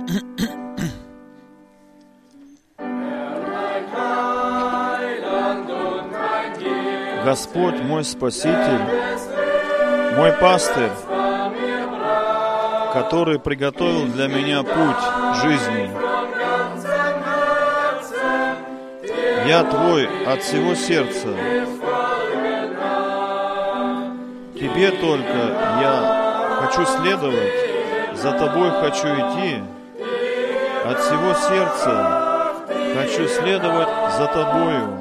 Господь мой Спаситель, мой пастырь, который приготовил для меня путь жизни. Я Твой от всего сердца. Тебе только я хочу следовать, за Тобой хочу идти, от всего сердца хочу следовать за Тобою.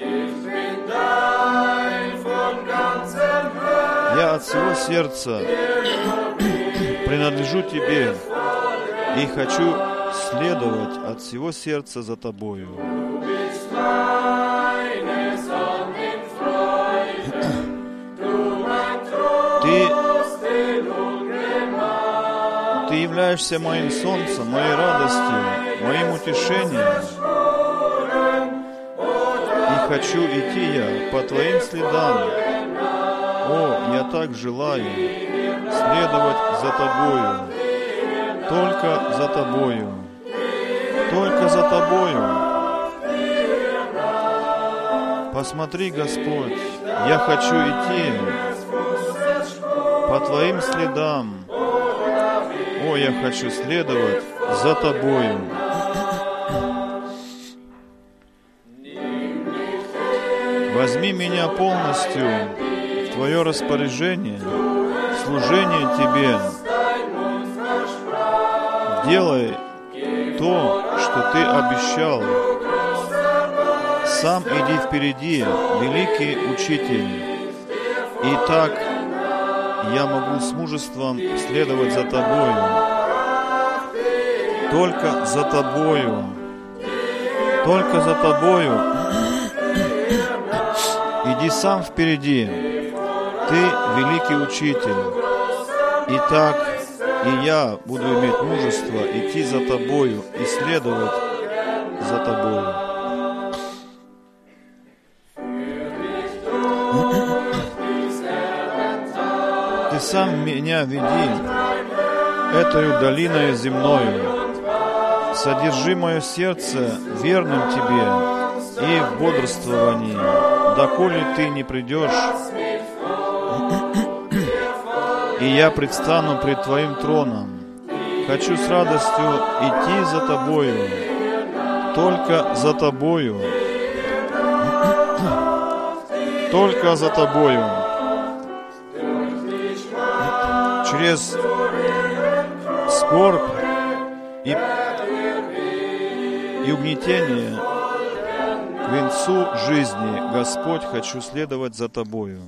Я от всего сердца принадлежу Тебе и хочу следовать от всего сердца за Тобою. Ты являешься моим солнцем, моей радостью, моим утешением. И хочу идти я по Твоим следам. О, я так желаю следовать за Тобою, только за Тобою, только за Тобою. Посмотри, Господь, я хочу идти по Твоим следам. О, я хочу следовать за Тобою. Возьми меня полностью в Твое распоряжение, в служение Тебе. Делай то, что Ты обещал. Сам иди впереди, великий Учитель. И так я могу с мужеством следовать за Тобою. Только за Тобою. Только за Тобою. Иди сам впереди. Ты великий Учитель. И так и я буду иметь мужество идти за Тобою и следовать за Тобою. Ты сам меня веди этою долиною земною. Содержи мое сердце верным Тебе и в бодрствовании, доколе Ты не придешь, и я предстану пред Твоим троном. Хочу с радостью идти за Тобою, только за Тобою, только за Тобою. Через скорбь и угнетение к венцу жизни, Господь, хочу следовать за Тобою.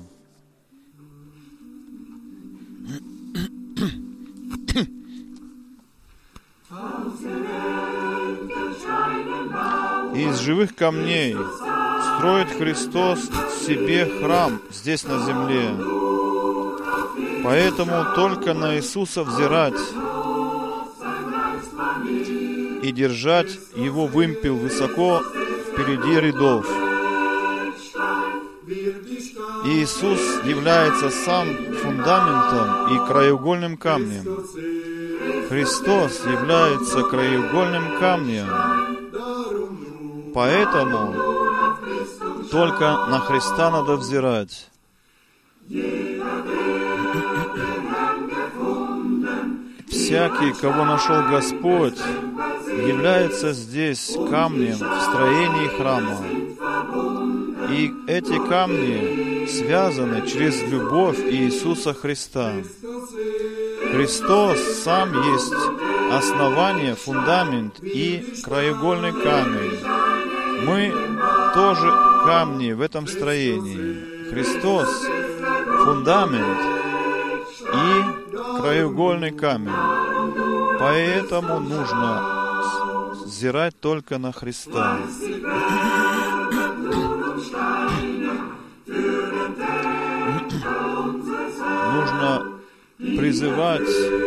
Из живых камней строит Христос себе храм здесь на земле. Поэтому только на Иисуса взирать и держать Его вымпел высоко впереди рядов. Иисус является сам фундаментом и краеугольным камнем. Христос является краеугольным камнем. Поэтому только на Христа надо взирать. Всякий, кого нашел Господь, является здесь камнем в строении храма. И эти камни связаны через любовь Иисуса Христа. Христос сам есть основание, фундамент и краеугольный камень. Мы тоже камни в этом строении. Христос — фундамент и краеугольный камень. Поэтому нужно взирать только на Христа. Нужно призывать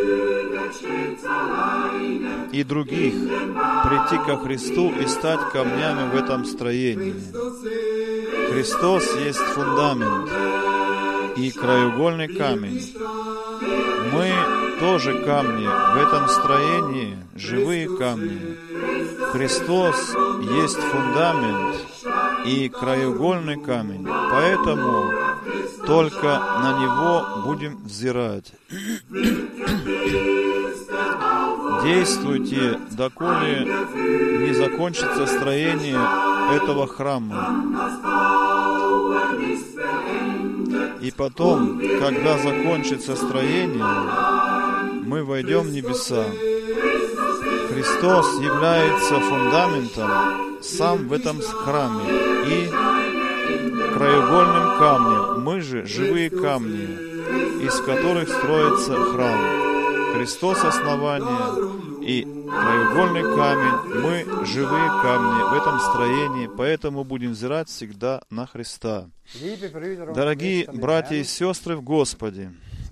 и других прийти ко Христу и стать камнями в этом строении. Христос есть фундамент и краеугольный камень. Мы тоже камни в этом строении, живые камни. Христос есть фундамент и краеугольный камень, поэтому только на Него будем взирать. Действуйте, доколе не закончится строение этого храма. И потом, когда закончится строение, мы войдем в небеса. Христос является фундаментом сам в этом храме и краеугольным камнем. Мы же живые камни, из которых строится храм. Христос основание и краеугольный камень. Мы живые камни в этом строении, поэтому будем взирать всегда на Христа. Дорогие братья и сестры в Господе,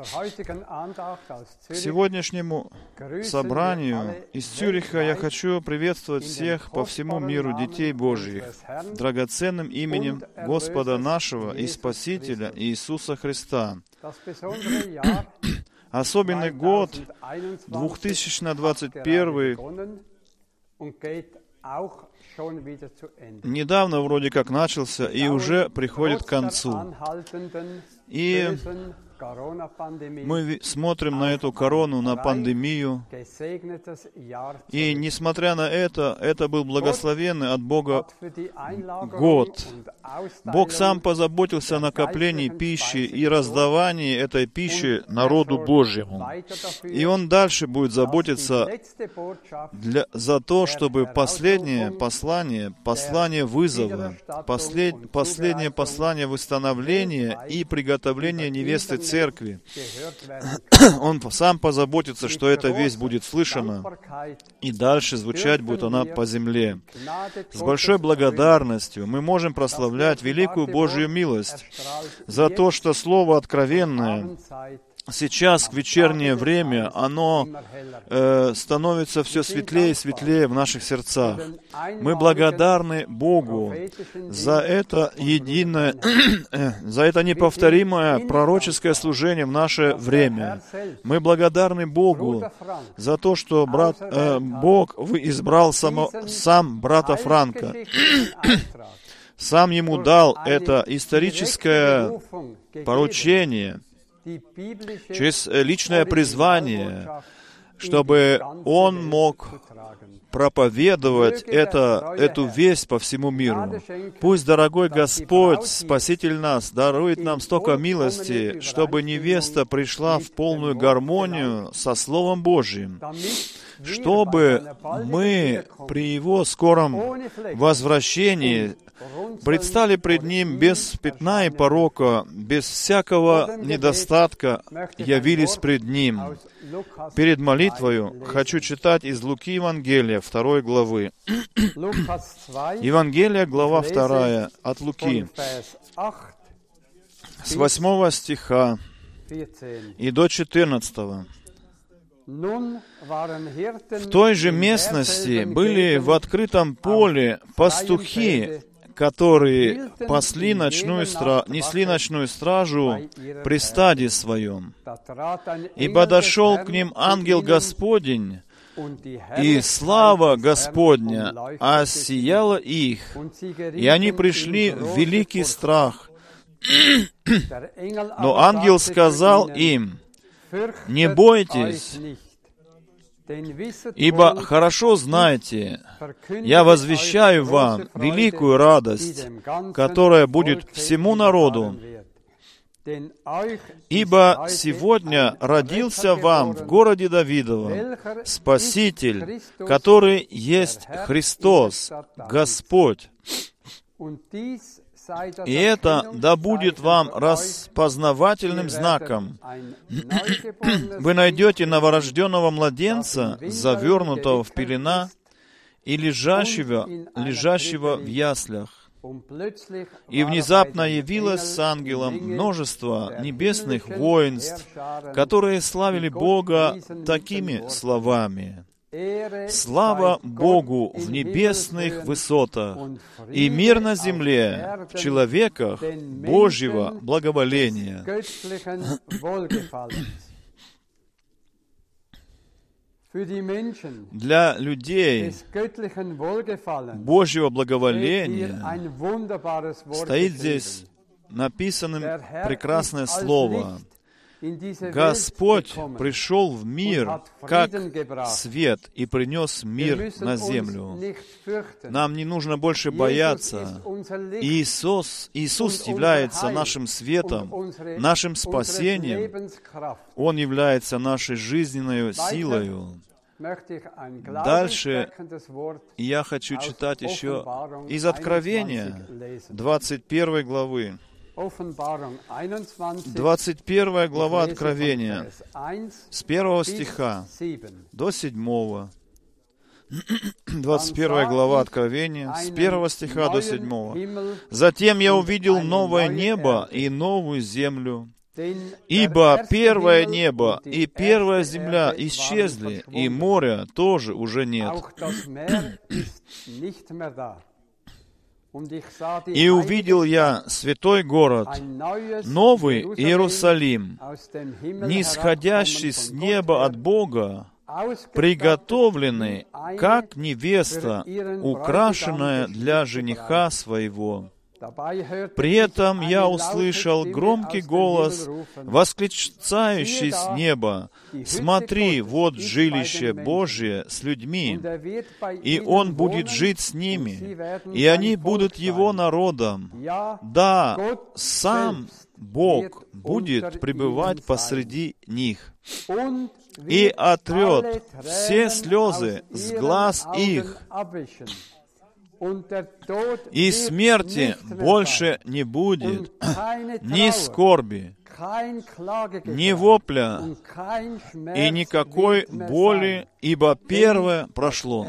к сегодняшнему собранию из Цюриха я хочу приветствовать всех по всему миру, детей Божьих, драгоценным именем Господа нашего и Спасителя Иисуса Христа. Особенный год 2021 недавно вроде как начался и уже приходит к концу. И мы смотрим на эту корону, на пандемию, и несмотря на это был благословенный от Бога год. Бог сам позаботился о накоплении пищи и раздавании этой пищи народу Божьему. И Он дальше будет заботиться за то, чтобы последнее послание вызова, последнее послание восстановления и приготовления невесты церкви. Он сам позаботится, что эта весть будет слышана, и дальше звучать будет она по земле. С большой благодарностью мы можем прославлять великую Божью милость за то, что Слово откровенное сейчас, в вечернее время, оно становится все светлее и светлее в наших сердцах. Мы благодарны Богу за это единое, за это неповторимое пророческое служение в наше время. Мы благодарны Богу за то, что Бог избрал сам брата Франка. Сам ему дал это историческое поручение через личное призвание, чтобы он мог проповедовать эту весть по всему миру. Пусть, дорогой Господь, Спаситель нас, дарует нам столько милости, чтобы невеста пришла в полную гармонию со Словом Божьим, чтобы мы при Его скором возвращении предстали пред Ним без пятна и порока, без всякого недостатка, явились пред Ним. Перед молитвою хочу читать из Луки Евангелия, 2 главы. Евангелие, глава 2, от Луки, с 8 стиха и до 14. В той же местности были в открытом поле пастухи, которые несли ночную стражу при стаде своем. И подошел к ним ангел Господень, и слава Господня осияла их, и они пришли в великий страх. Но ангел сказал им: «Не бойтесь, ибо хорошо знаете, я возвещаю вам великую радость, которая будет всему народу. Ибо сегодня родился вам в городе Давидовом Спаситель, который есть Христос, Господь. И это да будет вам распознавательным знаком. Вы найдете новорожденного младенца, завернутого в пелена, и лежащего в яслях. И внезапно явилось с ангелом множество небесных воинств, которые славили Бога такими словами: «Слава Богу в небесных высотах, и мир на земле в человеках Божьего благоволения». для людей Божьего благоволения стоит здесь написанным прекрасное слово. Господь пришел в мир как свет и принес мир на землю. Нам не нужно больше бояться. Иисус является нашим светом, нашим спасением. Он является нашей жизненной силою. Дальше я хочу читать еще из Откровения 21 главы. 21 глава Откровения, с 1 стиха до 7. 21 глава Откровения, с 1 стиха до 7. «Затем я увидел новое небо и новую землю, ибо первое небо и первая земля исчезли, и моря тоже уже нет. И увидел я святой город, новый Иерусалим, нисходящий с неба от Бога, приготовленный, как невеста, украшенная для жениха своего. При этом я услышал громкий голос, восклицающий с неба: «Смотри, вот жилище Божие с людьми, и Он будет жить с ними, и они будут Его народом. Да, сам Бог будет пребывать посреди них, и отрет все слезы с глаз их, и смерти больше не будет, ни скорби, ни вопля, и никакой боли, ибо первое прошло».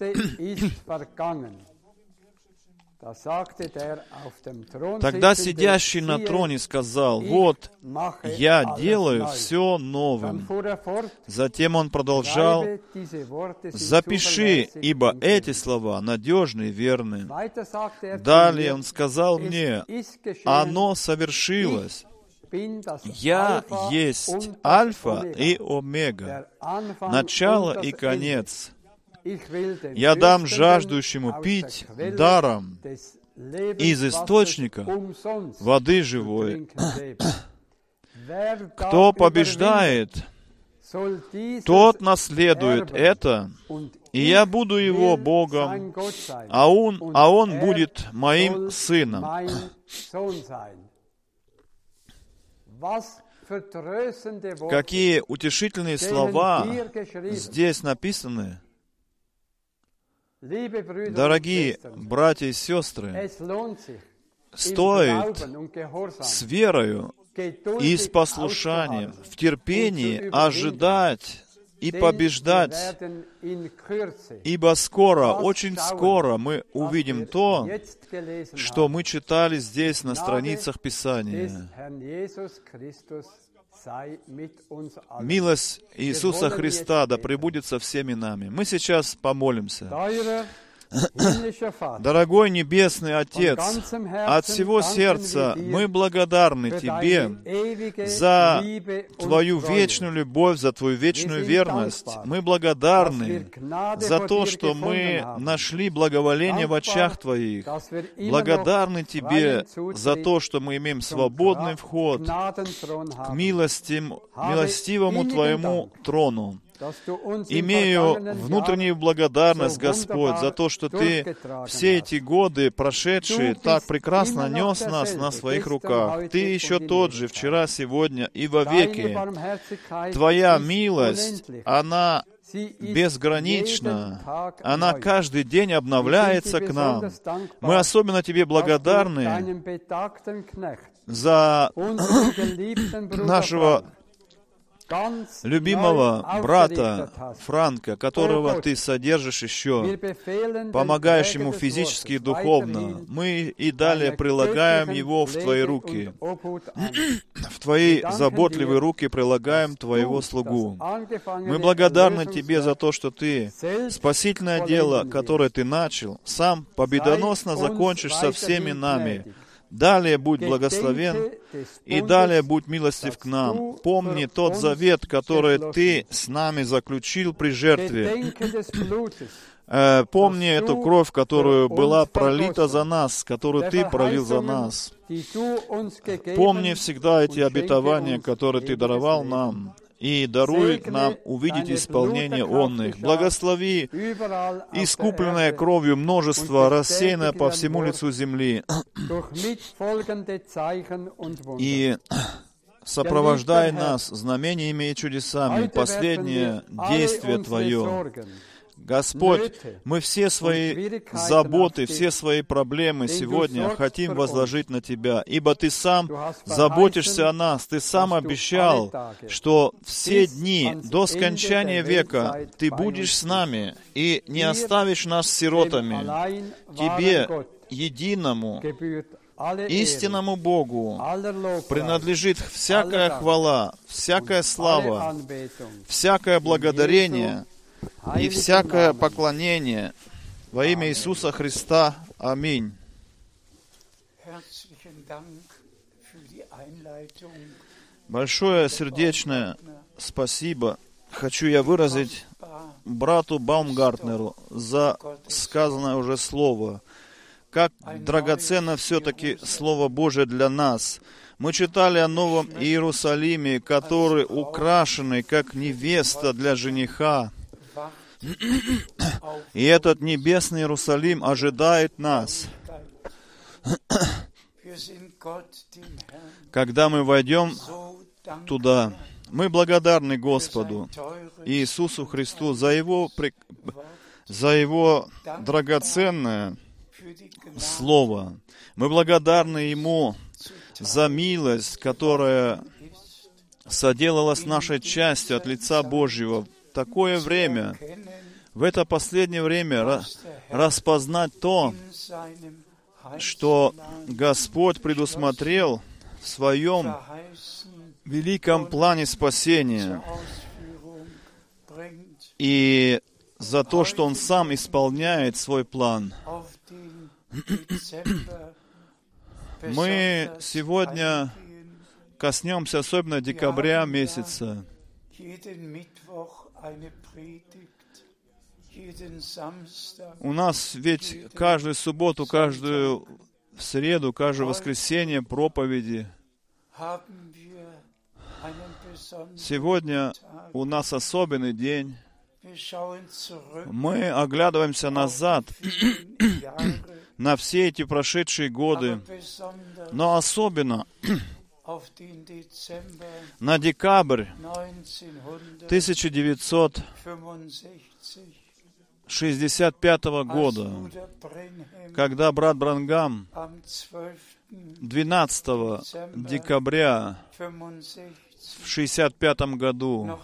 Тогда сидящий на троне сказал: «Вот, я делаю все новым». Затем он продолжал: «Запиши, ибо эти слова надежны и верны». Далее он сказал мне: «Оно совершилось. Я есть Альфа и Омега, начало и конец. Я дам жаждущему пить даром из источника воды живой. Кто побеждает, тот наследует это, и я буду его Богом, а он будет моим сыном». Какие утешительные слова здесь написаны. Дорогие братья и сестры, стоит с верою и с послушанием, в терпении ожидать и побеждать, ибо скоро, очень скоро мы увидим то, что мы читали здесь на страницах Писания. Милость Иисуса Христа да пребудет со всеми нами. Мы сейчас помолимся. Дорогой Небесный Отец, от всего сердца мы благодарны Тебе за Твою вечную любовь, за Твою вечную верность. Мы благодарны за то, что мы нашли благоволение в очах Твоих. Благодарны Тебе за то, что мы имеем свободный вход к милостивому Твоему трону. Имею внутреннюю благодарность, Господь, за то, что Ты все эти годы, прошедшие, так прекрасно нес нас на своих руках. Ты еще тот же, вчера, сегодня и вовеки. Твоя милость, она безгранична. Она каждый день обновляется к нам. Мы особенно Тебе благодарны за нашего любимого брата Франка, которого Ты содержишь еще, помогаешь ему физически и духовно. Мы и далее прилагаем его в Твои руки. В Твои заботливые руки прилагаем Твоего слугу. Мы благодарны Тебе за то, что Ты спасительное дело, которое Ты начал, сам победоносно закончишь со всеми нами. Далее будь благословен и далее будь милостив к нам. Помни тот завет, который Ты с нами заключил при жертве. Помни эту кровь, которую была пролита за нас, которую Ты пролил за нас. Помни всегда эти обетования, которые Ты даровал нам, и даруй нам увидеть исполнение онных. Благослови искупленное кровью множество, рассеянное по всему лицу земли, и сопровождай нас знамениями и чудесами. Последнее действие Твое. Господь, мы все свои заботы, все свои проблемы сегодня хотим возложить на Тебя, ибо Ты сам заботишься о нас. Ты сам обещал, что все дни до скончания века Ты будешь с нами и не оставишь нас сиротами. Тебе, единому, истинному Богу, принадлежит всякая хвала, всякая слава, всякое благодарение и всякое поклонение во имя Иисуса Христа. Аминь. Большое сердечное спасибо хочу я выразить брату Баумгартнеру за сказанное уже слово. Как драгоценно все-таки Слово Божие для нас. Мы читали о Новом Иерусалиме, который украшенный, как невеста для жениха. И этот небесный Иерусалим ожидает нас. Когда мы войдем туда, мы благодарны Господу Иисусу Христу за Его драгоценное Слово. Мы благодарны Ему за милость, которая соделалась нашей частью от лица Божьего. В такое время, в это последнее время, распознать то, что Господь предусмотрел в Своем великом плане спасения, и за то, что Он Сам исполняет свой план. Мы сегодня коснемся особенно декабря месяца. У нас ведь каждую субботу, каждую среду, каждое воскресенье проповеди. Сегодня у нас особенный день. Мы оглядываемся назад на все эти прошедшие годы, но особенно на декабрь 1965 года, когда брат Бранхам 12 декабря в 1965 году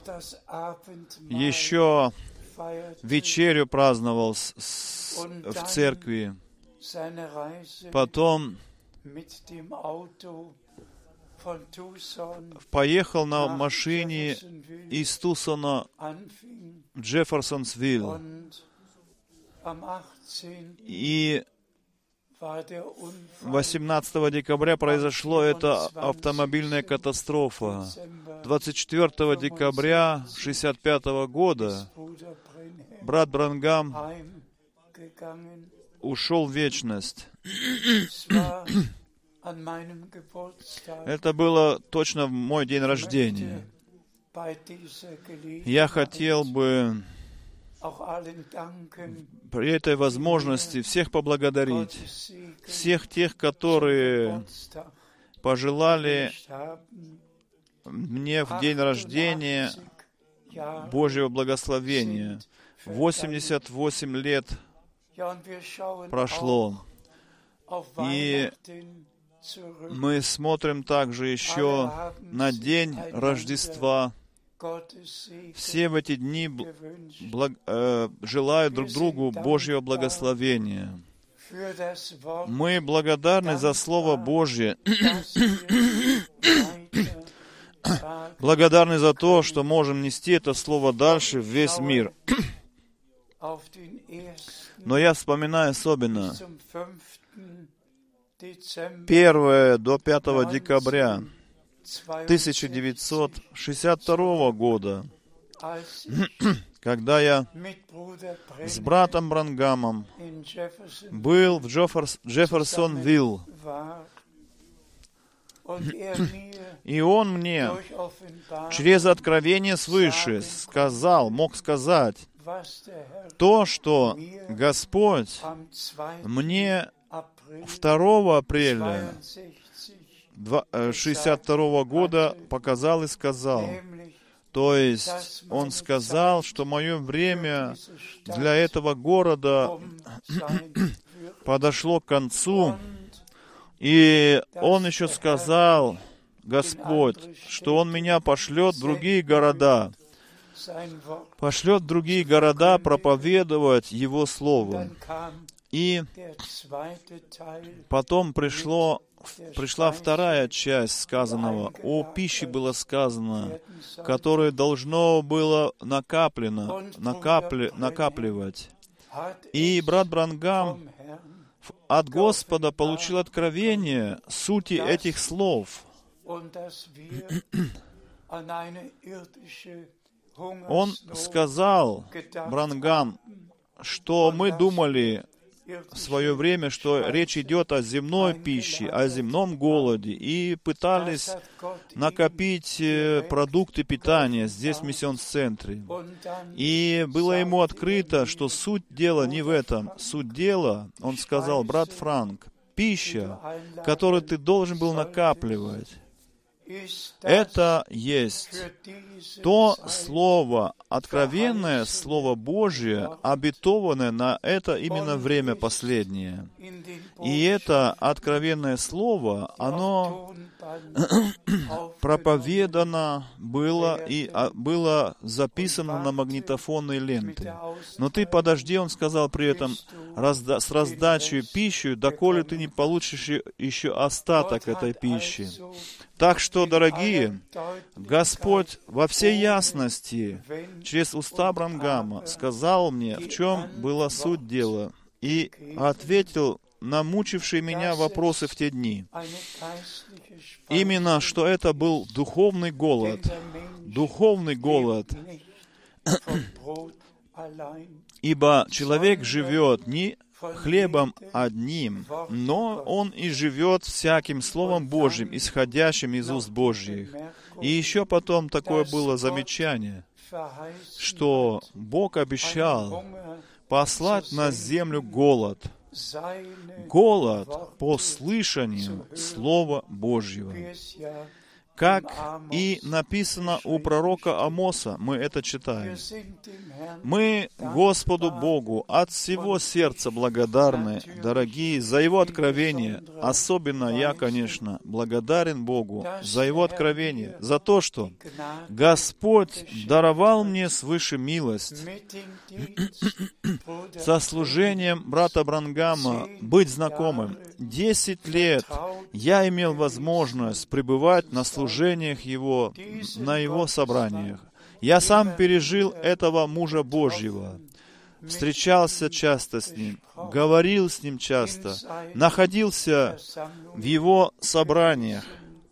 еще вечерю праздновал в церкви. Потом поехал на машине из Тусона в Джефферсонсвилл. И 18 декабря произошла эта автомобильная катастрофа. 24 декабря 1965 года брат Бранхам ушел в вечность. Это было точно в мой день рождения. Я хотел бы при этой возможности всех поблагодарить, всех тех, которые пожелали мне в день рождения Божьего благословения. 88 лет прошло. И мы смотрим также еще на день Рождества. Все в эти дни желают друг другу Божьего благословения. Мы благодарны за Слово Божье. Благодарны за то, что можем нести это Слово дальше в весь мир. Но я вспоминаю особенно 1 до 5 декабря 1962 года, когда я с братом Бранхамом был в Джефферсонвилл, и он мне через откровение свыше мог сказать то, что Господь мне 2 апреля 1962 года показал и сказал. То есть Он сказал, что мое время для этого города подошло к концу. И Он еще сказал, Господь, что Он меня пошлет в другие города. Пошлет в другие города проповедовать Его Слово. И потом пришла 2 часть сказанного. О пище было сказано, которое должно было накапливать. И брат Бранхам от Господа получил откровение сути этих слов. Он сказал, Бранхам, что мы думали в свое время, что речь идет о земной пище, о земном голоде, и пытались накопить продукты питания здесь, в миссионс-центре. И было ему открыто, что суть дела не в этом. Суть дела, он сказал, брат Франк, пища, которую ты должен был накапливать, это есть то Слово, откровенное Слово Божие, обетованное на это именно время последнее. И это откровенное Слово, оно проповедано было и было записано на магнитофонные ленты. Но ты подожди, он сказал при этом, с раздачей пищи, доколе ты не получишь еще остаток этой пищи. Так что, дорогие, Господь во всей ясности через уста Бранхама сказал мне, в чем была суть дела, и ответил на мучившие меня вопросы в те дни. Именно, что это был духовный голод. Духовный голод. Ибо человек живет не хлебом одним, но он и живет всяким Словом Божьим, исходящим из уст Божьих. И еще потом такое было замечание, что Бог обещал послать на землю голод. Голод по слышанию Слова Божьего. Как и написано у пророка Амоса, мы это читаем. Мы Господу Богу от всего сердца благодарны, дорогие, за Его откровение. Особенно я, конечно, благодарен Богу за Его откровение, за то, что Господь даровал мне свыше милость со служением брата Бранхама быть знакомым. 10 лет я имел возможность пребывать на служениях Его, на Его собраниях. Я сам пережил этого мужа Божьего, встречался часто с Ним, говорил с Ним часто, находился в Его собраниях,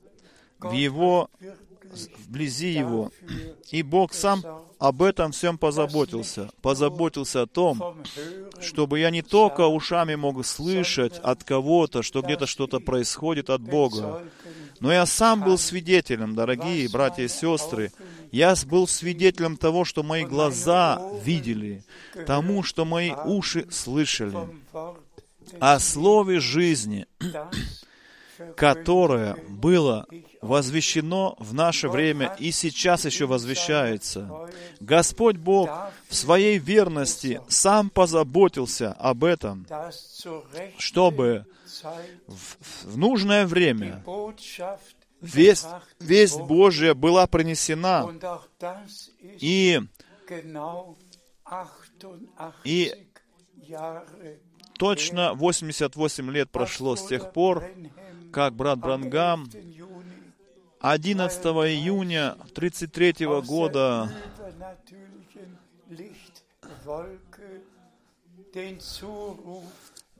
вблизи Его. И Бог сам об этом всем позаботился. Позаботился о том, чтобы я не только ушами мог слышать от кого-то, что где-то что-то происходит от Бога, но я сам был свидетелем, дорогие братья и сестры. Я был свидетелем того, что мои глаза видели, тому, что мои уши слышали. О слове жизни, которое было возвещено в наше время и сейчас еще возвещается. Господь Бог в Своей верности сам позаботился об этом, чтобы в нужное время весть Божия была принесена, и точно 88 лет прошло с тех пор, как брат Бранхам 11 июня 1933 года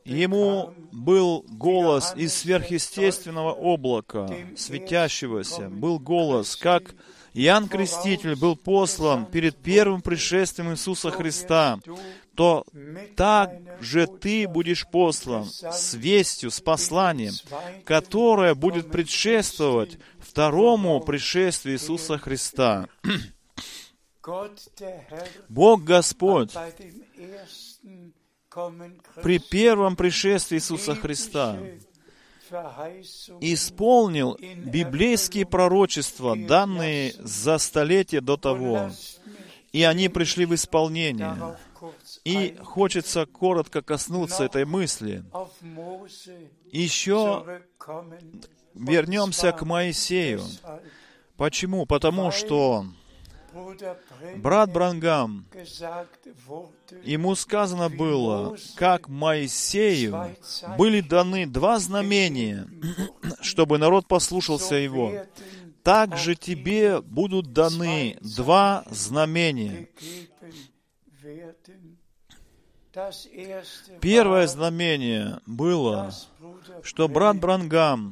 ему был голос из сверхъестественного облака, светящегося, был голос, как Иоанн Креститель был послан перед первым пришествием Иисуса Христа, то так же ты будешь послан с вестью, с посланием, которое будет предшествовать второму пришествию Иисуса Христа. Бог Господь при первом пришествии Иисуса Христа исполнил библейские пророчества, данные за столетия до того, и они пришли в исполнение. И хочется коротко коснуться этой мысли. Еще вернемся к Моисею. Почему? Потому что брат Бранхам, ему сказано было, как Моисею были даны два знамения, чтобы народ послушался его. Так же тебе будут даны два знамения. Первое знамение было, что брат Бранхам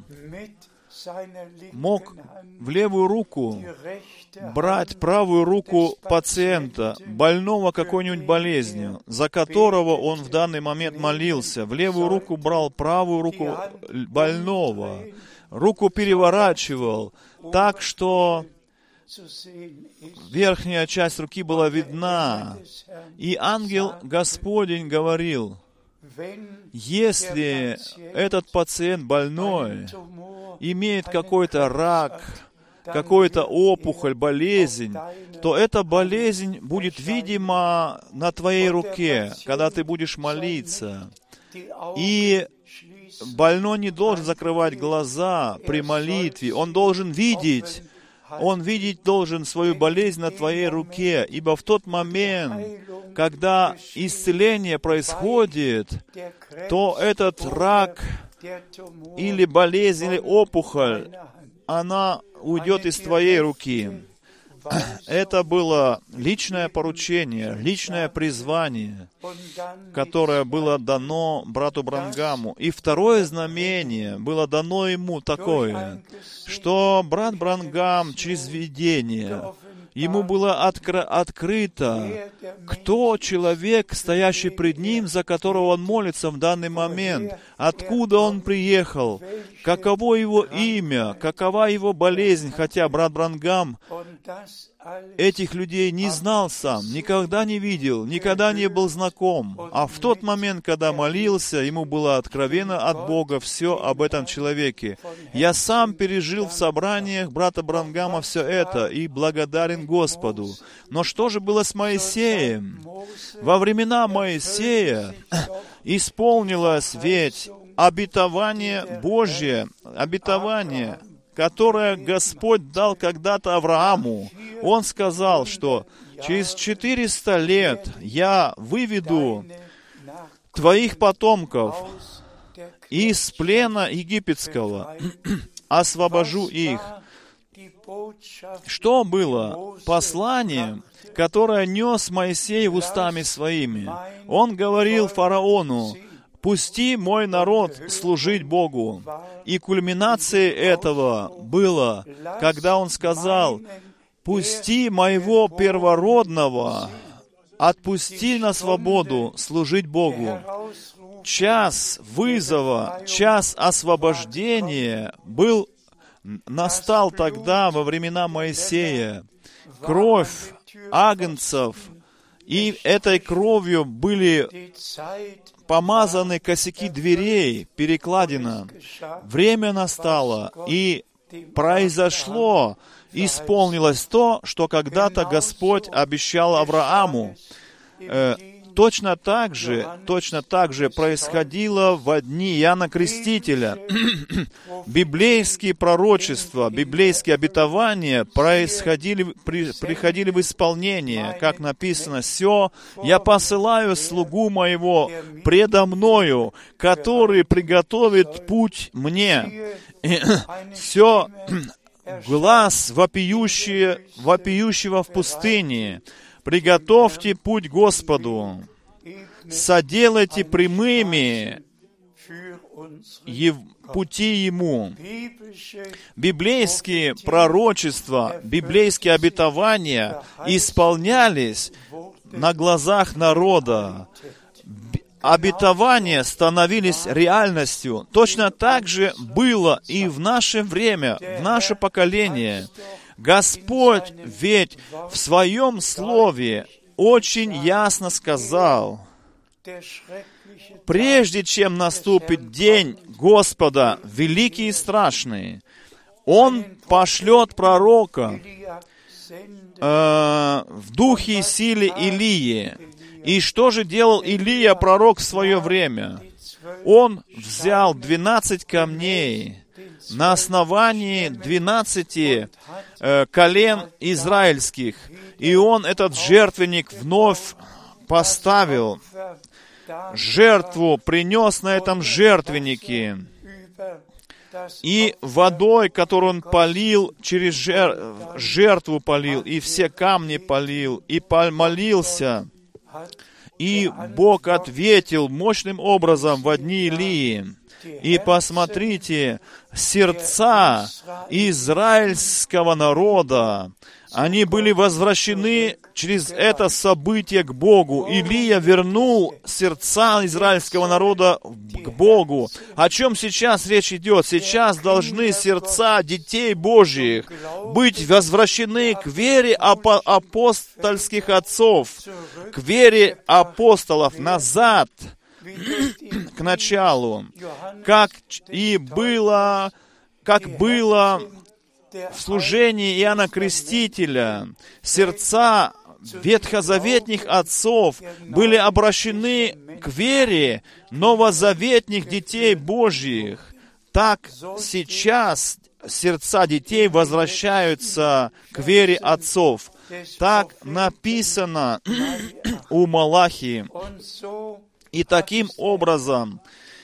мог в левую руку брать правую руку пациента, больного какой-нибудь болезнью, за которого он в данный момент молился. В левую руку брал правую руку больного, руку переворачивал так, что верхняя часть руки была видна. И ангел Господень говорил, если этот пациент больной имеет какой-то рак, какую-то опухоль, болезнь, то эта болезнь будет видима на твоей руке, когда ты будешь молиться. И больной не должен закрывать глаза при молитве, он должен видеть. Он видеть должен свою болезнь на твоей руке, ибо в тот момент, когда исцеление происходит, то этот рак или болезнь, или опухоль, она уйдет из твоей руки. Это было личное поручение, личное призвание, которое было дано брату Бранхаму. И второе знамение было дано ему такое, что брат Бранхам через видение, ему было открыто, кто человек, стоящий пред ним, за которого он молится в данный момент, откуда он приехал, каково его имя, какова его болезнь, хотя брат Бранхам этих людей не знал сам, никогда не видел, никогда не был знаком. А в тот момент, когда молился, ему было откровенно от Бога все об этом человеке. Я сам пережил в собраниях брата Бранхама все это и благодарен Господу. Но что же было с Моисеем? Во времена Моисея исполнилось ведь обетование Божье, обетование, которое Господь дал когда-то Аврааму. Он сказал, что через 400 лет я выведу твоих потомков из плена египетского, освобожу их. Что было? Послание, которое нес Моисей устами своими. Он говорил фараону: «Пусти мой народ служить Богу». И кульминацией этого было, когда он сказал: «Пусти моего первородного, отпусти на свободу служить Богу». Час вызова, час освобождения настал тогда во времена Моисея. Кровь агнцев, и этой кровью были помазаны косяки дверей, перекладина. Время настало, и произошло, исполнилось то, что когда-то Господь обещал Аврааму. Точно так же происходило во дни Иоанна Крестителя. Библейские пророчества, библейские обетования приходили в исполнение, как написано: «Сё я посылаю слугу моего предо мною, который приготовит путь мне». Сё глас вопиющего в пустыне: «Приготовьте путь Господу, соделайте прямыми пути Ему. Библейские пророчества, библейские обетования исполнялись на глазах народа. Обетования становились реальностью. Точно так же было и в наше время, в наше поколение. Господь ведь в Своем Слове очень ясно сказал: прежде чем наступит день Господа, великий и страшный, Он пошлет пророка в духе и силе Илии. И что же делал Илия, пророк, в свое время? Он взял 12 камней на основании 12 колен израильских, и он этот жертвенник вновь поставил. Жертву принес на этом жертвеннике. И водой, которую он полил, через жертву полил, и все камни полил, и молился. И Бог ответил мощным образом во дни Илии. И посмотрите, сердца израильского народа, они были возвращены через это событие к Богу. Илия вернул сердца израильского народа к Богу. О чем сейчас речь идет? Сейчас должны сердца детей Божьих быть возвращены к вере апостольских отцов, к вере апостолов назад, к началу, как было в служении Иоанна Крестителя. Сердца ветхозаветных отцов были обращены к вере новозаветных детей Божьих. Так сейчас сердца детей возвращаются к вере отцов. Так написано у Малахии. И таким образом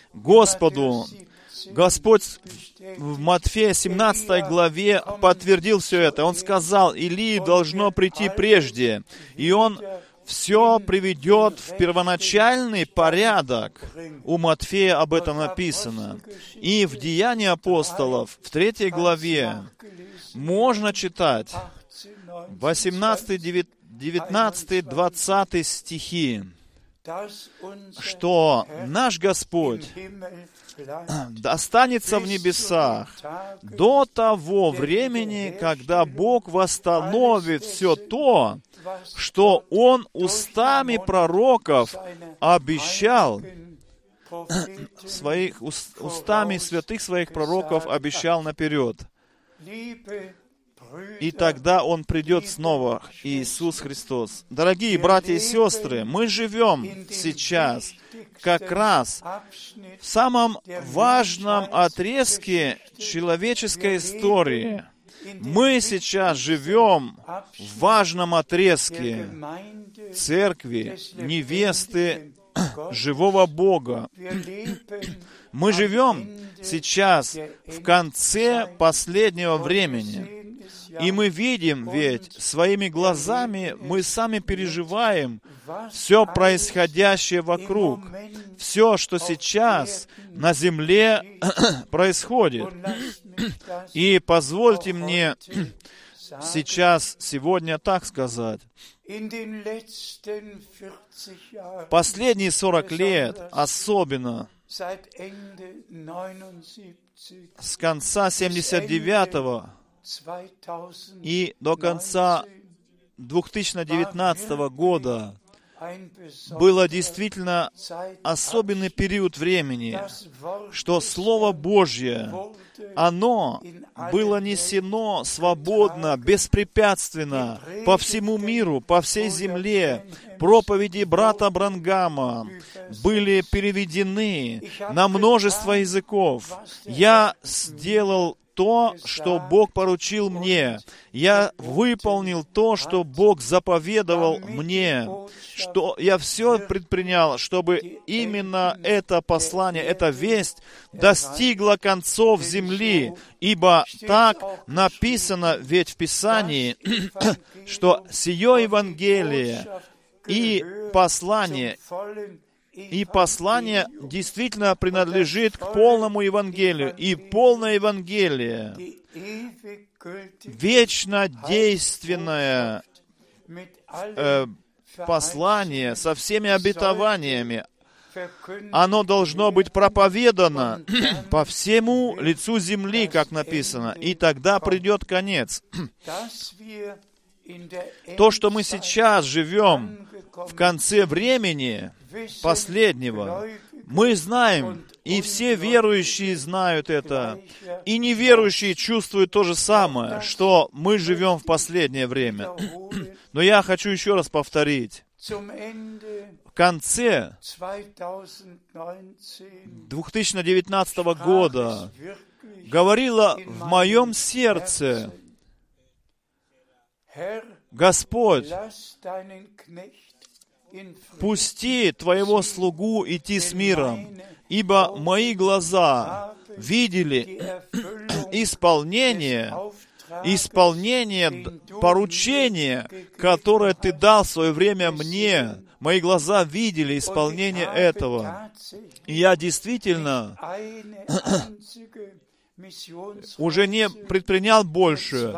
Господь в Матфея 17 главе подтвердил все это. Он сказал: Илии должно прийти прежде, и он все приведет в первоначальный порядок. У Матфея об этом написано. И в Деянии апостолов, в 3 главе, можно читать 18, 19, 20 стихи, что наш Господь останется в небесах до того времени, когда Бог восстановит все то, что Он устами пророков обещал, устами святых своих пророков обещал наперед. И тогда Он придет снова, Иисус Христос. Дорогие братья и сестры, мы живем сейчас как раз в самом важном отрезке человеческой истории. Мы сейчас живем в важном отрезке церкви, невесты живого Бога. Мы живем сейчас в конце последнего времени. И мы видим, ведь своими глазами мы сами переживаем все происходящее вокруг, все, что сейчас на земле происходит. И позвольте мне сегодня так сказать. Последние 40 лет, особенно с конца 79-го и до конца 2019 года, было действительно особенный период времени, что Слово Божье, оно было несено свободно, беспрепятственно по всему миру, по всей земле. Проповеди брата Бранхама были переведены на множество языков. Я сделал то, что Бог поручил мне. Я выполнил то, что Бог заповедовал мне. Что я все предпринял, чтобы именно это послание, эта весть достигла концов земли. Ибо так написано ведь в Писании, что сие Евангелие и послание И послание действительно принадлежит к полному Евангелию. И полное Евангелие, вечно действенное послание со всеми обетованиями, оно должно быть проповедано по всему лицу земли, как написано, и тогда придет конец. То, что мы сейчас живем в конце времени последнего, мы знаем, и все верующие знают это, и неверующие чувствуют то же самое, что мы живем в последнее время. Но я хочу еще раз повторить. В конце 2019 года говорило в моем сердце: Господь, пусти Твоего слугу идти с миром, ибо мои глаза видели исполнение поручения, которое Ты дал в свое время мне. Мои глаза видели исполнение этого. И я действительно уже не предпринял больше.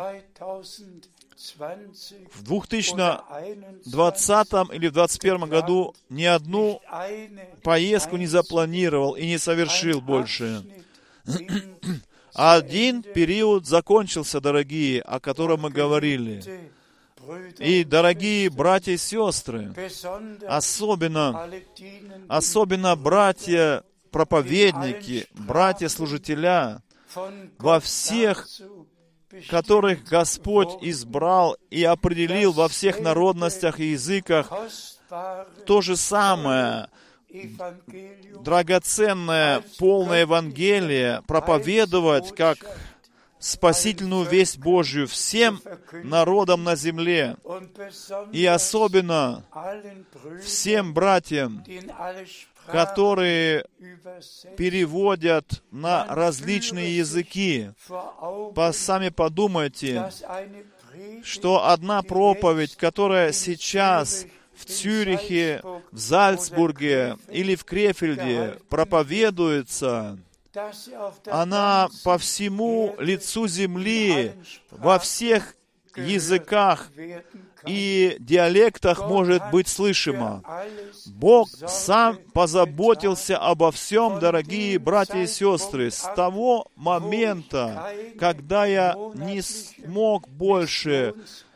В 2020 или в 2021 году ни одну поездку не запланировал и не совершил больше. Один период закончился, дорогие, о котором мы говорили. И, дорогие братья и сестры, особенно братья-проповедники, братья-служителя, во всех, которых Господь избрал и определил во всех народностях и языках, то же самое, драгоценное, полное Евангелие проповедовать как спасительную весть Божью всем народам на земле, и особенно всем братьям, которые переводят на различные языки. Сами подумайте, что одна проповедь, которая сейчас в Цюрихе, в Зальцбурге или в Крефельде проповедуется, она по всему лицу земли, во всех языках и диалектах может быть слышима. Бог сам позаботился обо всем, дорогие братья и сестры, с того момента, когда я не смог больше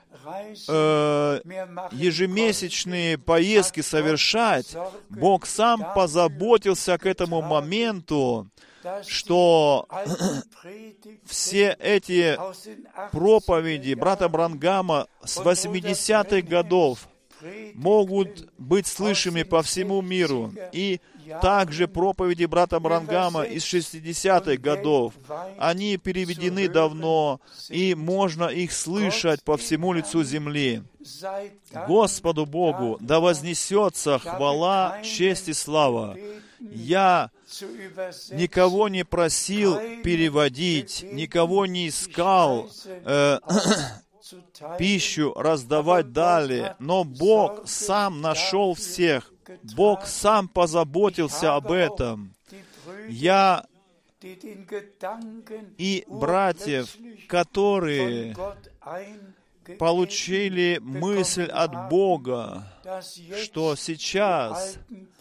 ежемесячные поездки совершать. Бог сам позаботился к этому моменту, что все эти проповеди брата Бранхама с 80-х годов могут быть слышимы по всему миру. И также проповеди брата Бранхама из 60-х годов, они переведены давно, и можно их слышать по всему лицу земли. Господу Богу да вознесется хвала, честь и слава. Я никого не просил переводить, никого не искал пищу раздавать далее, но Бог сам нашел всех, Бог сам позаботился об этом. Я и братьев, которые получили мысль от Бога, что сейчас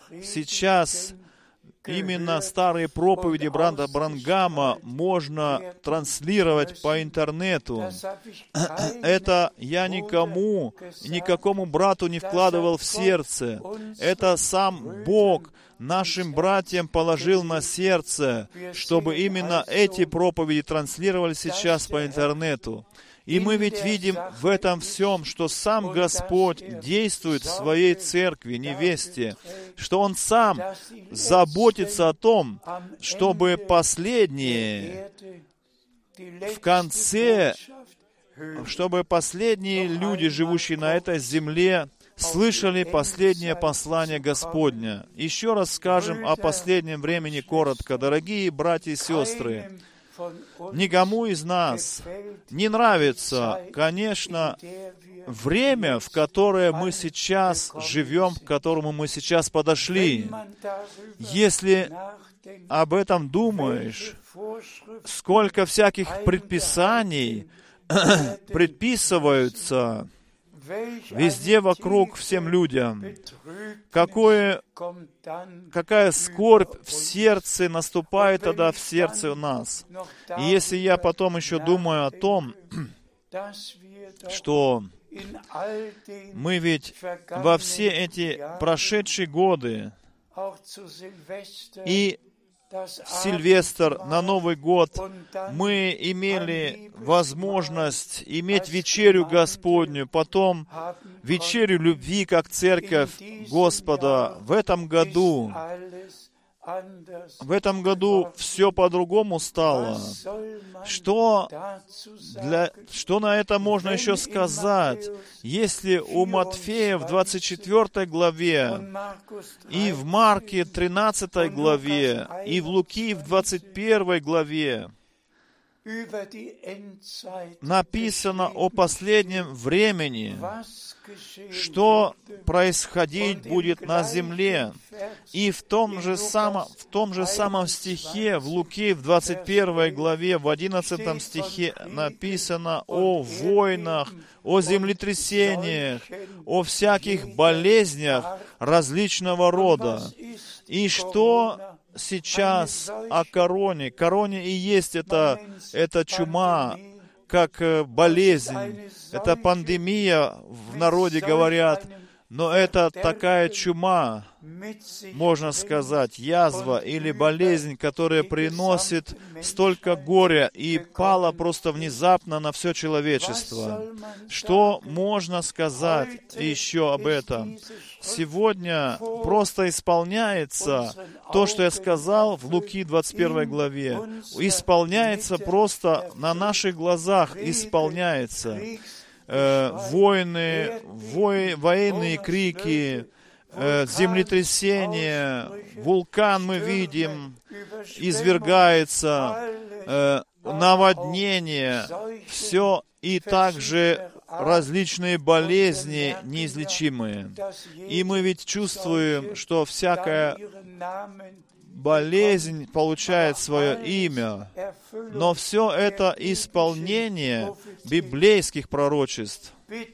именно старые проповеди брата Бранхама можно транслировать по интернету. Это я никакому брату не вкладывал в сердце. Это сам Бог нашим братьям положил на сердце, чтобы именно эти проповеди транслировали сейчас по интернету. И мы ведь видим в этом всем, что сам Господь действует в Своей церкви, невесте, что Он сам заботится о том, чтобы последние в конце, чтобы последние люди, живущие на этой земле, слышали последнее послание Господня. Еще раз скажем о последнем времени коротко. Дорогие братья и сестры, никому из нас не нравится, конечно, время, в которое мы сейчас живем, к которому мы сейчас подошли, если об этом думаешь, сколько всяких предписаний предписываются везде вокруг всем людям, какая скорбь в сердце наступает тогда в сердце у нас. И если я потом еще думаю о том, что мы ведь во все эти прошедшие годы и в Сильвестр, на Новый год, мы имели возможность иметь вечерю Господню, потом вечерю любви, как церковь Господа. В этом году все по-другому стало. Что на это можно еще сказать? Если у Матфея в 24 главе, и в Марке 13 главе, и в Луки в 21 главе написано о последнем времени, что происходить будет на земле. И в том же самом стихе, в Луки, в 21 главе, в 11 стихе написано о войнах, о землетрясениях, о всяких болезнях различного рода. И что сейчас о короне? Короне и есть эта чума, как болезнь. Это пандемия, в народе говорят, но это такая чума, можно сказать, язва или болезнь, которая приносит столько горя и пала просто внезапно на все человечество. Что можно сказать еще об этом? Сегодня просто исполняется то, что я сказал в Луки 21 главе. Исполняется просто на наших глазах, исполняется. Войны, военные крики, землетрясения, вулкан мы видим, извергается, наводнение, все, и также различные болезни неизлечимые. И мы ведь чувствуем, что всякая болезнь получает свое имя, но все это исполнение библейских пророчеств.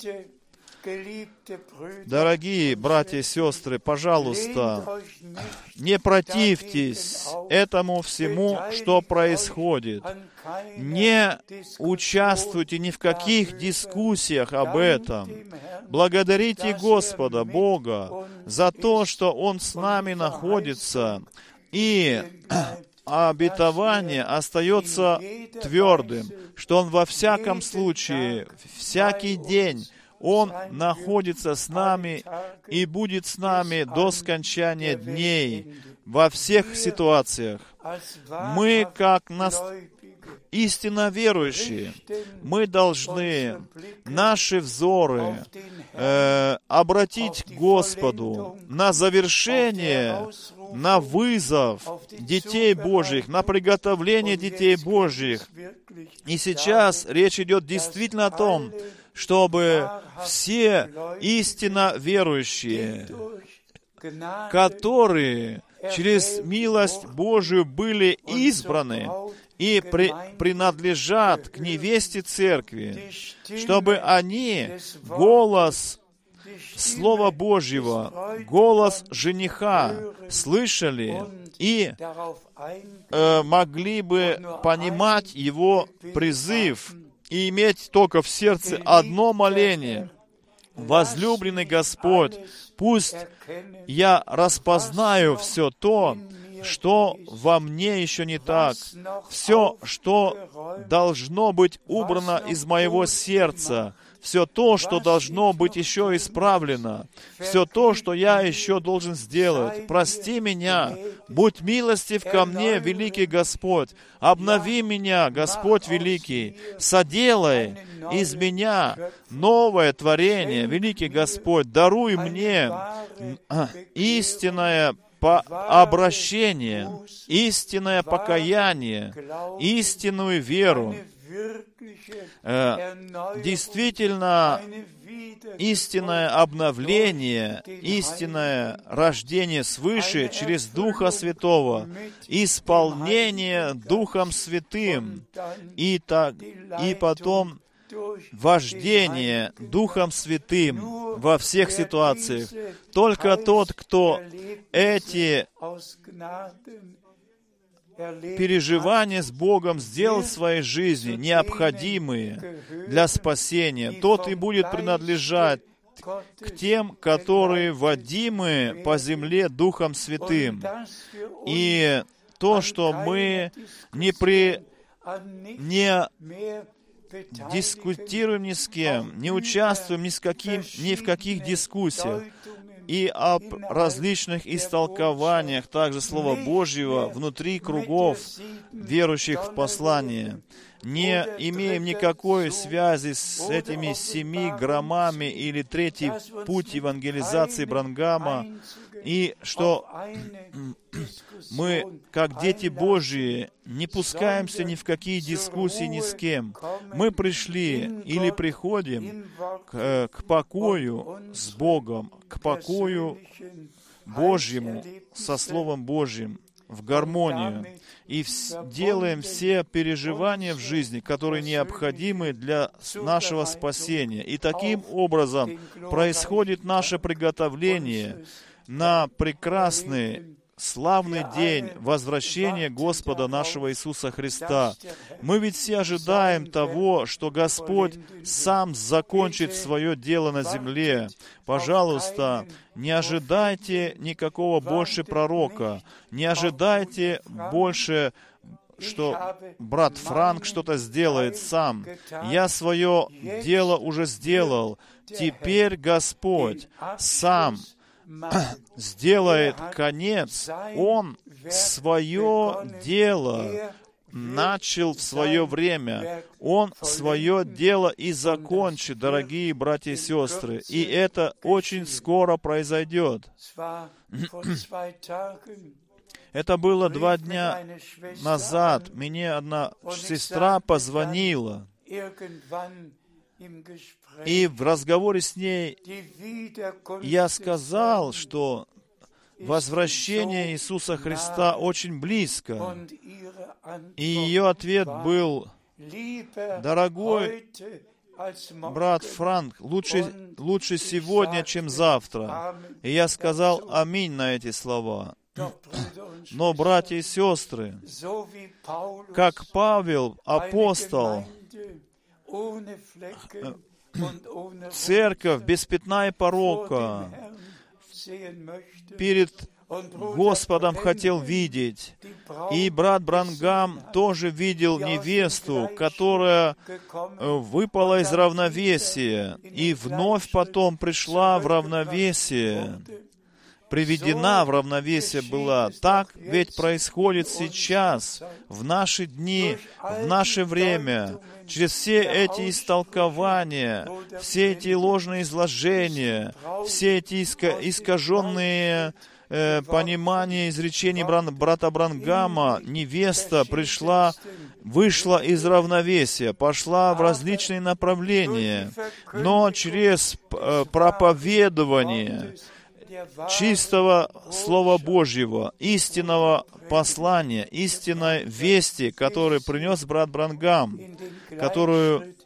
Дорогие братья и сестры, пожалуйста, не противьтесь этому всему, что происходит. Не участвуйте ни в каких дискуссиях об этом. Благодарите Господа, Бога, за то, что Он с нами находится, и обетование остается твердым, что Он во всяком случае, всякий день, Он находится с нами и будет с нами до скончания дней во всех ситуациях. Мы, как истинно верующие, мы должны наши взоры обратить к Господу на завершение, на вызов детей Божьих, на приготовление детей Божьих. И сейчас речь идет действительно о том, чтобы все истинно верующие, которые через милость Божию были избраны и принадлежат к невесте церкви, чтобы они голос Слова Божьего, голос жениха слышали и могли бы понимать его призыв и иметь только в сердце одно моление. Возлюбленный Господь, пусть я распознаю все то, что во мне еще не так, все, что должно быть убрано из моего сердца, все то, что должно быть еще исправлено, все то, что я еще должен сделать. Прости меня, будь милостив ко мне, великий Господь, обнови меня, Господь великий, соделай из меня новое творение, великий Господь, даруй мне истинное обращение, истинное покаяние, истинную веру, действительно истинное обновление, истинное рождение свыше через Духа Святого, исполнение Духом Святым, и потом вождение Духом Святым во всех ситуациях. Только тот, кто эти переживания с Богом сделал в своей жизни, необходимые для спасения, тот и будет принадлежать к тем, которые водимы по земле Духом Святым. И то, что мы не дискутируем ни с кем, не участвуем ни в каких дискуссиях, и об различных истолкованиях также Слова Божьего внутри кругов верующих в послание. Не имеем никакой связи с этими 7 громами или 3-й путь евангелизации Бранхама, и что мы, как дети Божьи, не пускаемся ни в какие дискуссии ни с кем. Мы пришли или приходим к покою с Богом, к покою Божьему, со Словом Божьим, в гармонию, и делаем все переживания в жизни, которые необходимы для нашего спасения. И таким образом происходит наше приготовление на прекрасный, славный день возвращения Господа нашего Иисуса Христа. Мы ведь все ожидаем того, что Господь сам закончит свое дело на земле. Пожалуйста, не ожидайте никакого больше пророка, не ожидайте больше, что брат Франк что-то сделает сам. Я свое дело уже сделал. Теперь Господь сам сделает конец. Он свое дело начал в свое время. Он свое дело и закончит, дорогие братья и сестры. И это очень скоро произойдет. Это было 2 дня назад. Мне одна сестра позвонила. И в разговоре с ней я сказал, что возвращение Иисуса Христа очень близко. И ее ответ был: «Дорогой брат Франк, лучше сегодня, чем завтра». И я сказал аминь на эти слова. Но, братья и сестры, как Павел, апостол, церковь без пятна и порока перед Господом хотел видеть. И брат Бранхам тоже видел невесту, которая выпала из равновесия и вновь потом пришла в равновесие. Приведена в равновесие была. Так ведь происходит сейчас, в наши дни, в наше время, через все эти истолкования, все эти ложные изложения, все эти искаженные понимания изречений брата Бранхама, невеста вышла из равновесия, пошла в различные направления, но через проповедование чистого Слова Божьего, истинного послания, истинной вести, которую принес брат Бранхам, которую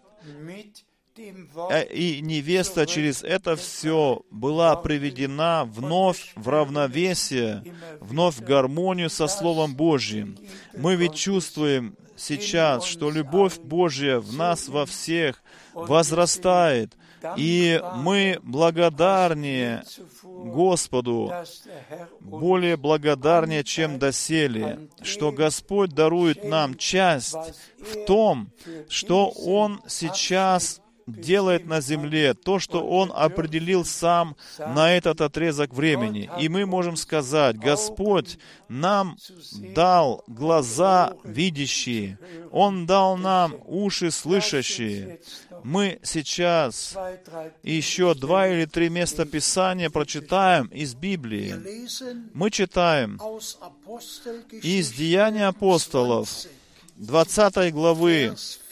и невеста через это все была приведена вновь в равновесие, вновь в гармонию со Словом Божьим. Мы ведь чувствуем сейчас, что любовь Божья в нас во всех возрастает, и мы благодарнее Господу, более благодарнее, чем доселе, что Господь дарует нам часть в том, что Он сейчас делает на земле, то, что Он определил сам на этот отрезок времени. И мы можем сказать: Господь нам дал глаза видящие, Он дал нам уши слышащие. Мы сейчас еще 2 или 3 места Писания прочитаем из Библии. Мы читаем из Деяний апостолов, 20 главы,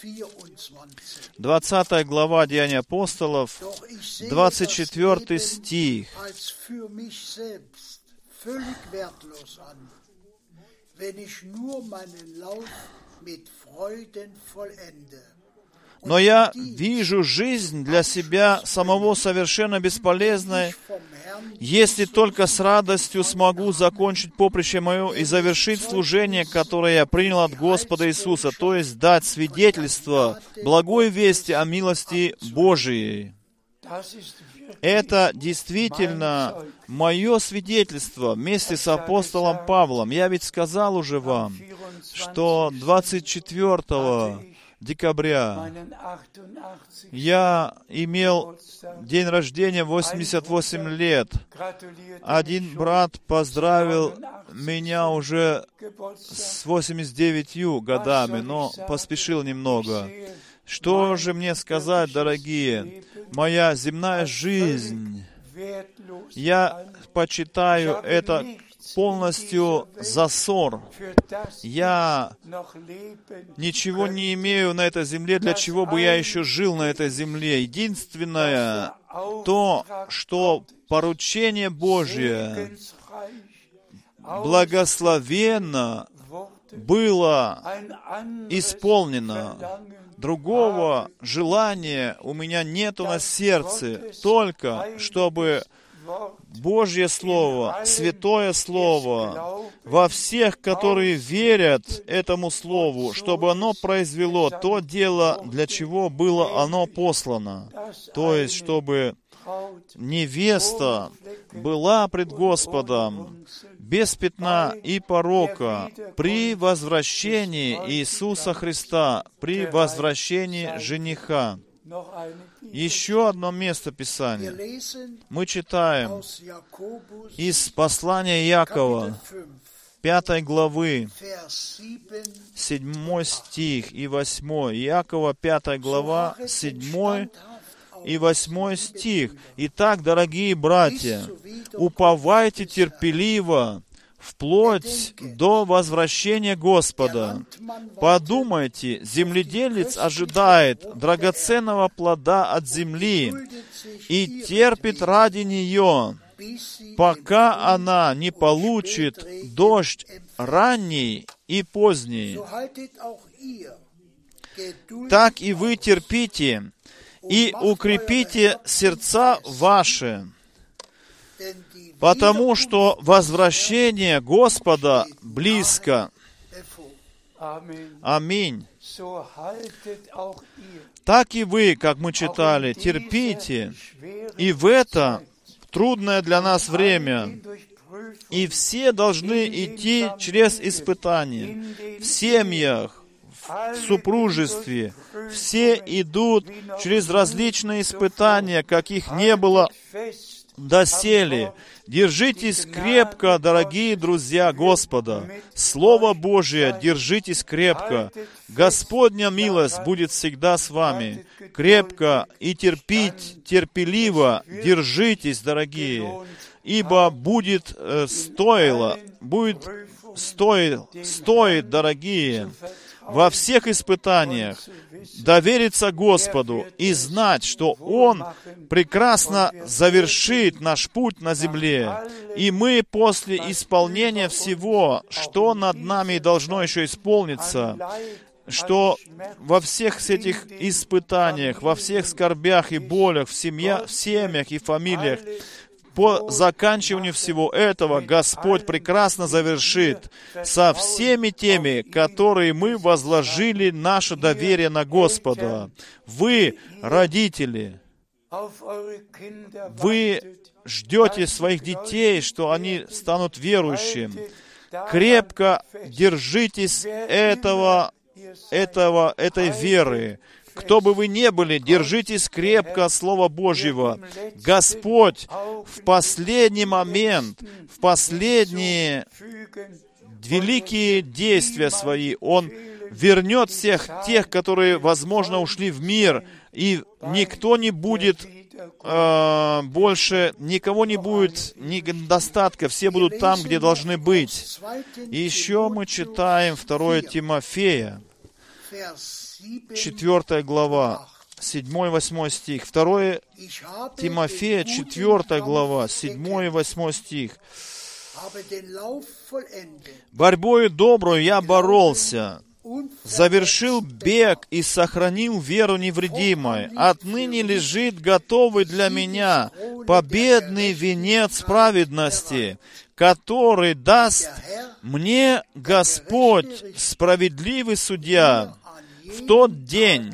20 глава Деяний апостолов, 24 стих. «Но я вижу жизнь для себя самого совершенно бесполезной, если только с радостью смогу закончить поприще мое и завершить служение, которое я принял от Господа Иисуса, то есть дать свидетельство благой вести о милости Божией». Это действительно мое свидетельство вместе с апостолом Павлом. Я ведь сказал уже вам, что 24 декабря я имел день рождения, 88 лет. Один брат поздравил меня уже с 89 годами, но поспешил немного. Что же мне сказать, дорогие? Моя земная жизнь, я почитаю это полностью за ссор. Я ничего не имею на этой земле, для чего бы я еще жил на этой земле. Единственное, то, что поручение Божье благословенно было исполнено. Другого желания у меня нету на сердце, только чтобы Божье Слово, Святое Слово, во всех, которые верят этому Слову, чтобы оно произвело то дело, для чего было оно послано. То есть, чтобы невеста была пред Господом без пятна и порока при возвращении Иисуса Христа, при возвращении жениха. Еще одно место Писания. Мы читаем из послания Иакова, 5 главы, 7 стих и 8. Иакова, 5 глава, 7 и 8 стих. «Итак, дорогие братья, уповайте терпеливо, вплоть до возвращения Господа. Подумайте, земледелец ожидает драгоценного плода от земли и терпит ради нее, пока она не получит дождь ранний и поздний. Так и вы терпите и укрепите сердца ваши, потому что возвращение Господа близко». Аминь. Так и вы, как мы читали, терпите, и в это трудное для нас время, и все должны идти через испытания в семьях, в супружестве. Все идут через различные испытания, каких не было доселе. Держитесь крепко, дорогие друзья Господа. Слово Божие, держитесь крепко. Господня милость будет всегда с вами. Крепко и терпеливо держитесь, дорогие, ибо стоит, дорогие, во всех испытаниях довериться Господу и знать, что Он прекрасно завершит наш путь на земле. И мы после исполнения всего, что над нами должно еще исполниться, что во всех этих испытаниях, во всех скорбях и болях, в семьях и фамилиях, по заканчиванию всего этого Господь прекрасно завершит со всеми теми, которые мы возложили наше доверие на Господа. Вы, родители, вы ждете своих детей, что они станут верующими. Крепко держитесь этой веры. Кто бы вы ни были, держитесь крепко Слова Божьего. Господь в последний момент, в последние великие действия Свои, Он вернет всех тех, которые, возможно, ушли в мир, и никто не будет больше, никого не будет недостатка, все будут там, где должны быть. И еще мы читаем 2 Тимофея, 4 глава, 7-8 стих. 2 Тимофея, 4 глава, 7-8 стих. «Борьбою добрую я боролся, завершил бег и сохранил веру невредимой. Отныне лежит готовый для меня победный венец праведности, который даст мне Господь, справедливый судья, в тот день.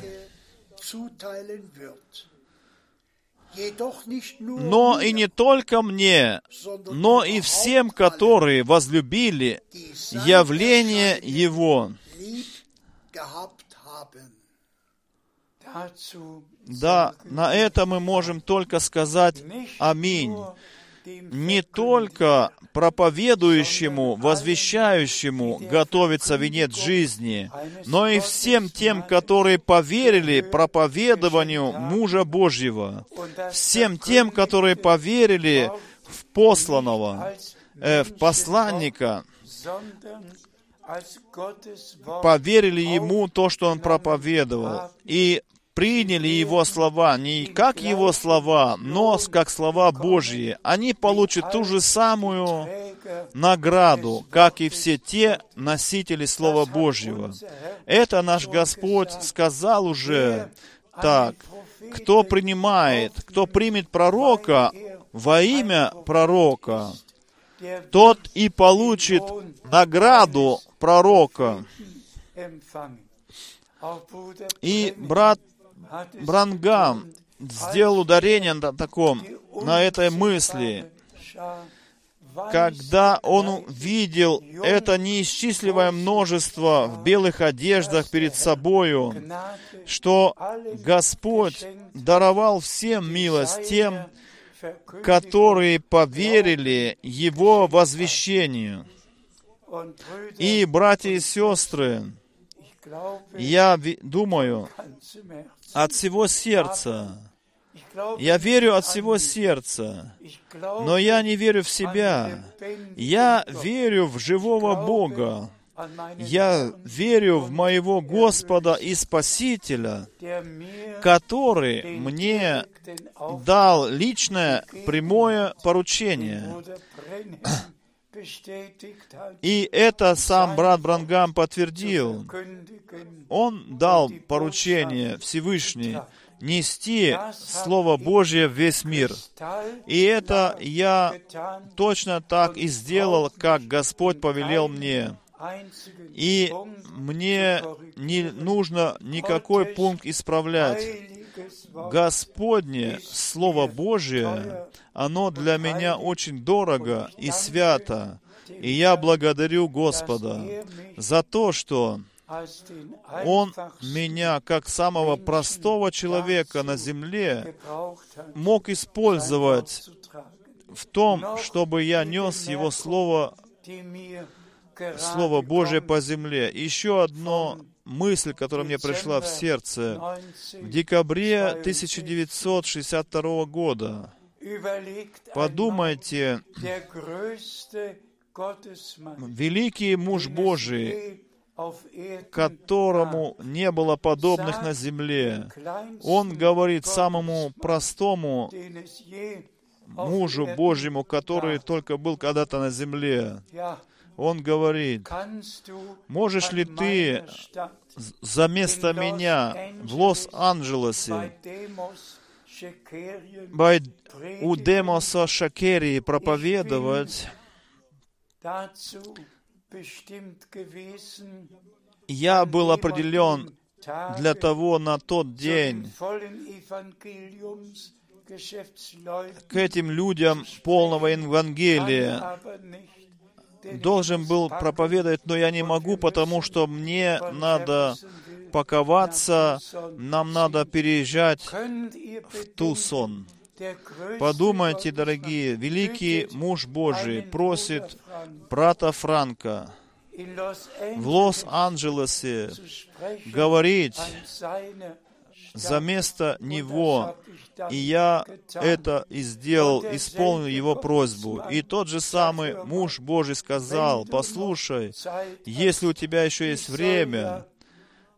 Но и не только мне, но и всем, которые возлюбили явление Его». Да, на это мы можем только сказать «Аминь». Не только проповедующему, возвещающему готовится венец жизни, но и всем тем, которые поверили проповедованию мужа Божьего, всем тем, которые поверили в посланного, в посланника, поверили ему то, что он проповедовал, и приняли его слова не как его слова, но как слова Божьи. Они получат ту же самую награду, как и все те носители Слова Божьего. Это наш Господь сказал уже так: кто примет пророка во имя пророка, тот и получит награду пророка. И брат Бранхам сделал ударение на этой мысли, когда он видел это неисчислимое множество в белых одеждах перед собою, что Господь даровал всем милость тем, которые поверили Его возвещению. И, братья и сестры, я думаю, от всего сердца, я верю от всего сердца, но я не верю в себя. Я верю в живого Бога. Я верю в моего Господа и Спасителя, который мне дал личное прямое поручение. И это сам брат Бранхам подтвердил. Он дал поручение Всевышний нести Слово Божье в весь мир. И это я точно так и сделал, как Господь повелел мне. И мне не нужно никакой пункт исправлять. Господне Слово Божие, оно для меня очень дорого и свято. И я благодарю Господа за то, что Он меня, как самого простого человека на земле, мог использовать в том, чтобы я нес Его Слово Божие по земле. Еще одна мысль, которая мне пришла в сердце. В декабре 1962 года, подумайте, великий муж Божий, которому не было подобных на земле, он говорит самому простому мужу Божьему, который только был когда-то на земле. Он говорит: можешь ли ты за место меня в Лос-Анджелесе у Демоса Шакерии проповедовать? Я был определен для того на тот день к этим людям полного Евангелия. Должен был проповедовать, но я не могу, потому что мне надо паковаться, нам надо переезжать в Тусон. Подумайте, дорогие, великий муж Божий просит брата Франка в Лос-Анджелесе говорить за место него. И я это и сделал, исполнил его просьбу. И тот же самый муж Божий сказал: послушай, если у тебя еще есть время,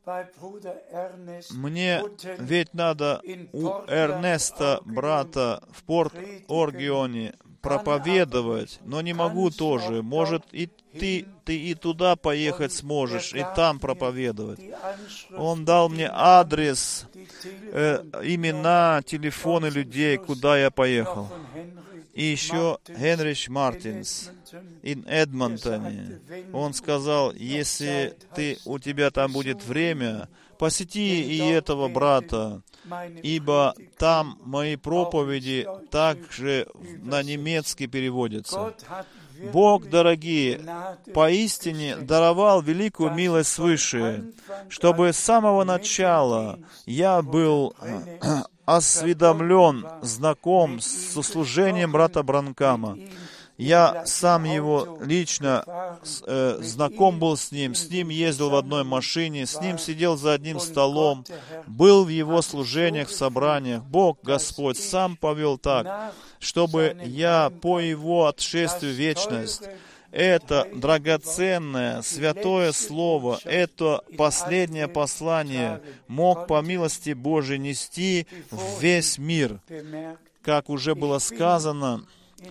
Мне ведь надо у Эрнеста, брата, в Порт-Оргионе проповедовать, но не могу тоже. Может, и ты и туда поехать сможешь, и там проповедовать. Он дал мне адрес, имена, телефоны людей, куда я поехал. И еще Генрих Мартинс in Эдмонтоне. Он сказал, если у тебя там будет время, посети и этого брата, ибо там мои проповеди также на немецкий переводятся. Бог, дорогие, поистине даровал великую милость свыше, чтобы с самого начала я был осведомлен, знаком со служением брата Бранкама. Я сам его лично знаком был с ним ездил в одной машине, с ним сидел за одним столом, был в его служениях, в собраниях. Бог, Господь, сам повел так, чтобы я по его отшествию в вечность, это драгоценное, святое Слово, это последнее послание мог по милости Божией нести в весь мир. Как уже было сказано,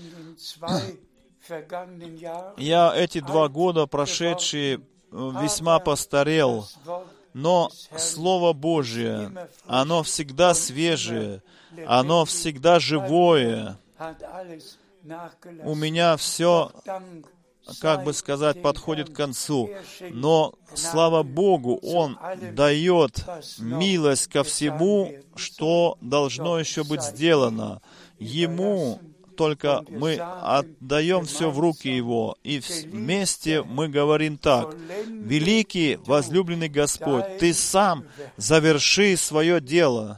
я эти 2 года прошедшие весьма постарел, но Слово Божие, оно всегда свежее, оно всегда живое. У меня все, как бы сказать, подходит к концу. Но, слава Богу, Он дает милость ко всему, что должно еще быть сделано. Ему только мы отдаем все в руки Его, и вместе мы говорим так: «Великий, возлюбленный Господь, Ты сам заверши свое дело.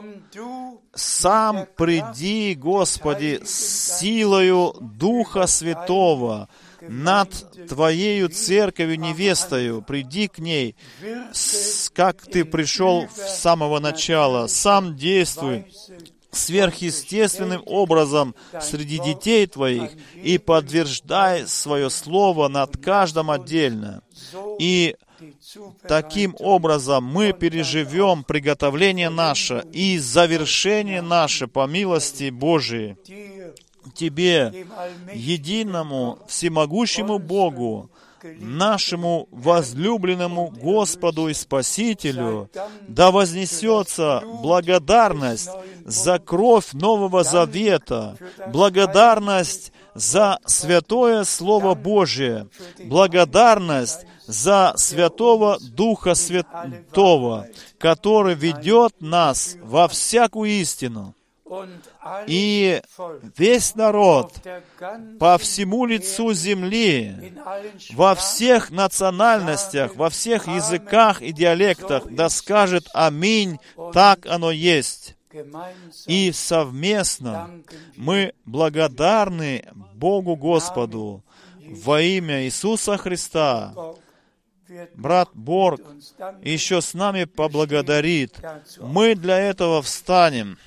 Сам приди, Господи, с силою Духа Святого над Твоею церковью невестою, приди к ней, как Ты пришел с самого начала, сам действуй сверхъестественным образом среди детей Твоих и подтверждай свое слово над каждым отдельно. И таким образом мы переживем приготовление наше и завершение наше по милости Божией. Тебе, единому, всемогущему Богу, нашему возлюбленному Господу и Спасителю, да вознесется благодарность за кровь Нового Завета, благодарность за святое Слово Божие, благодарность за Святого Духа Святого, который ведет нас во всякую истину. И весь народ по всему лицу земли, во всех национальностях, во всех языках и диалектах, да скажет «Аминь», так оно есть. И совместно мы благодарны Богу Господу во имя Иисуса Христа. Брат Борг еще с нами поблагодарит. Мы для этого встанем.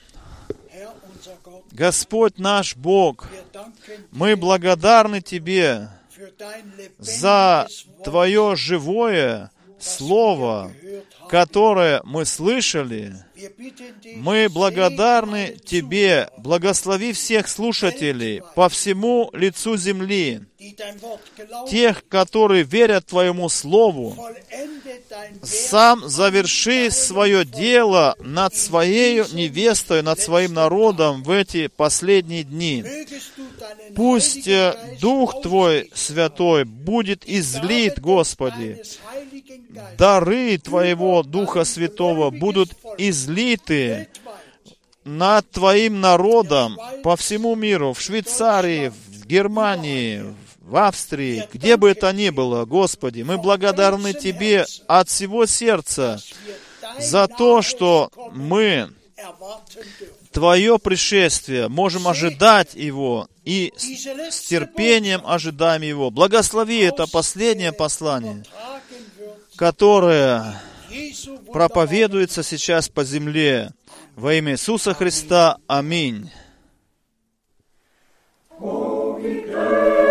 Господь наш Бог, мы благодарны Тебе за Твое живое Слово, которое мы слышали. Мы благодарны Тебе, благослови всех слушателей по всему лицу земли, тех, которые верят Твоему Слову. Сам заверши свое дело над Своей невестой, над Своим народом в эти последние дни. Пусть Дух Твой Святой будет излит, Господи. Дары Твоего Духа Святого будут излиты над Твоим народом по всему миру, в Швейцарии, в Германии, в Австрии, где бы это ни было, Господи. Мы благодарны Тебе от всего сердца за то, что мы Твое пришествие можем ожидать Его и с терпением ожидаем Его. Благослови это последнее послание, которое проповедуется сейчас по земле. Во имя Иисуса Христа. Аминь.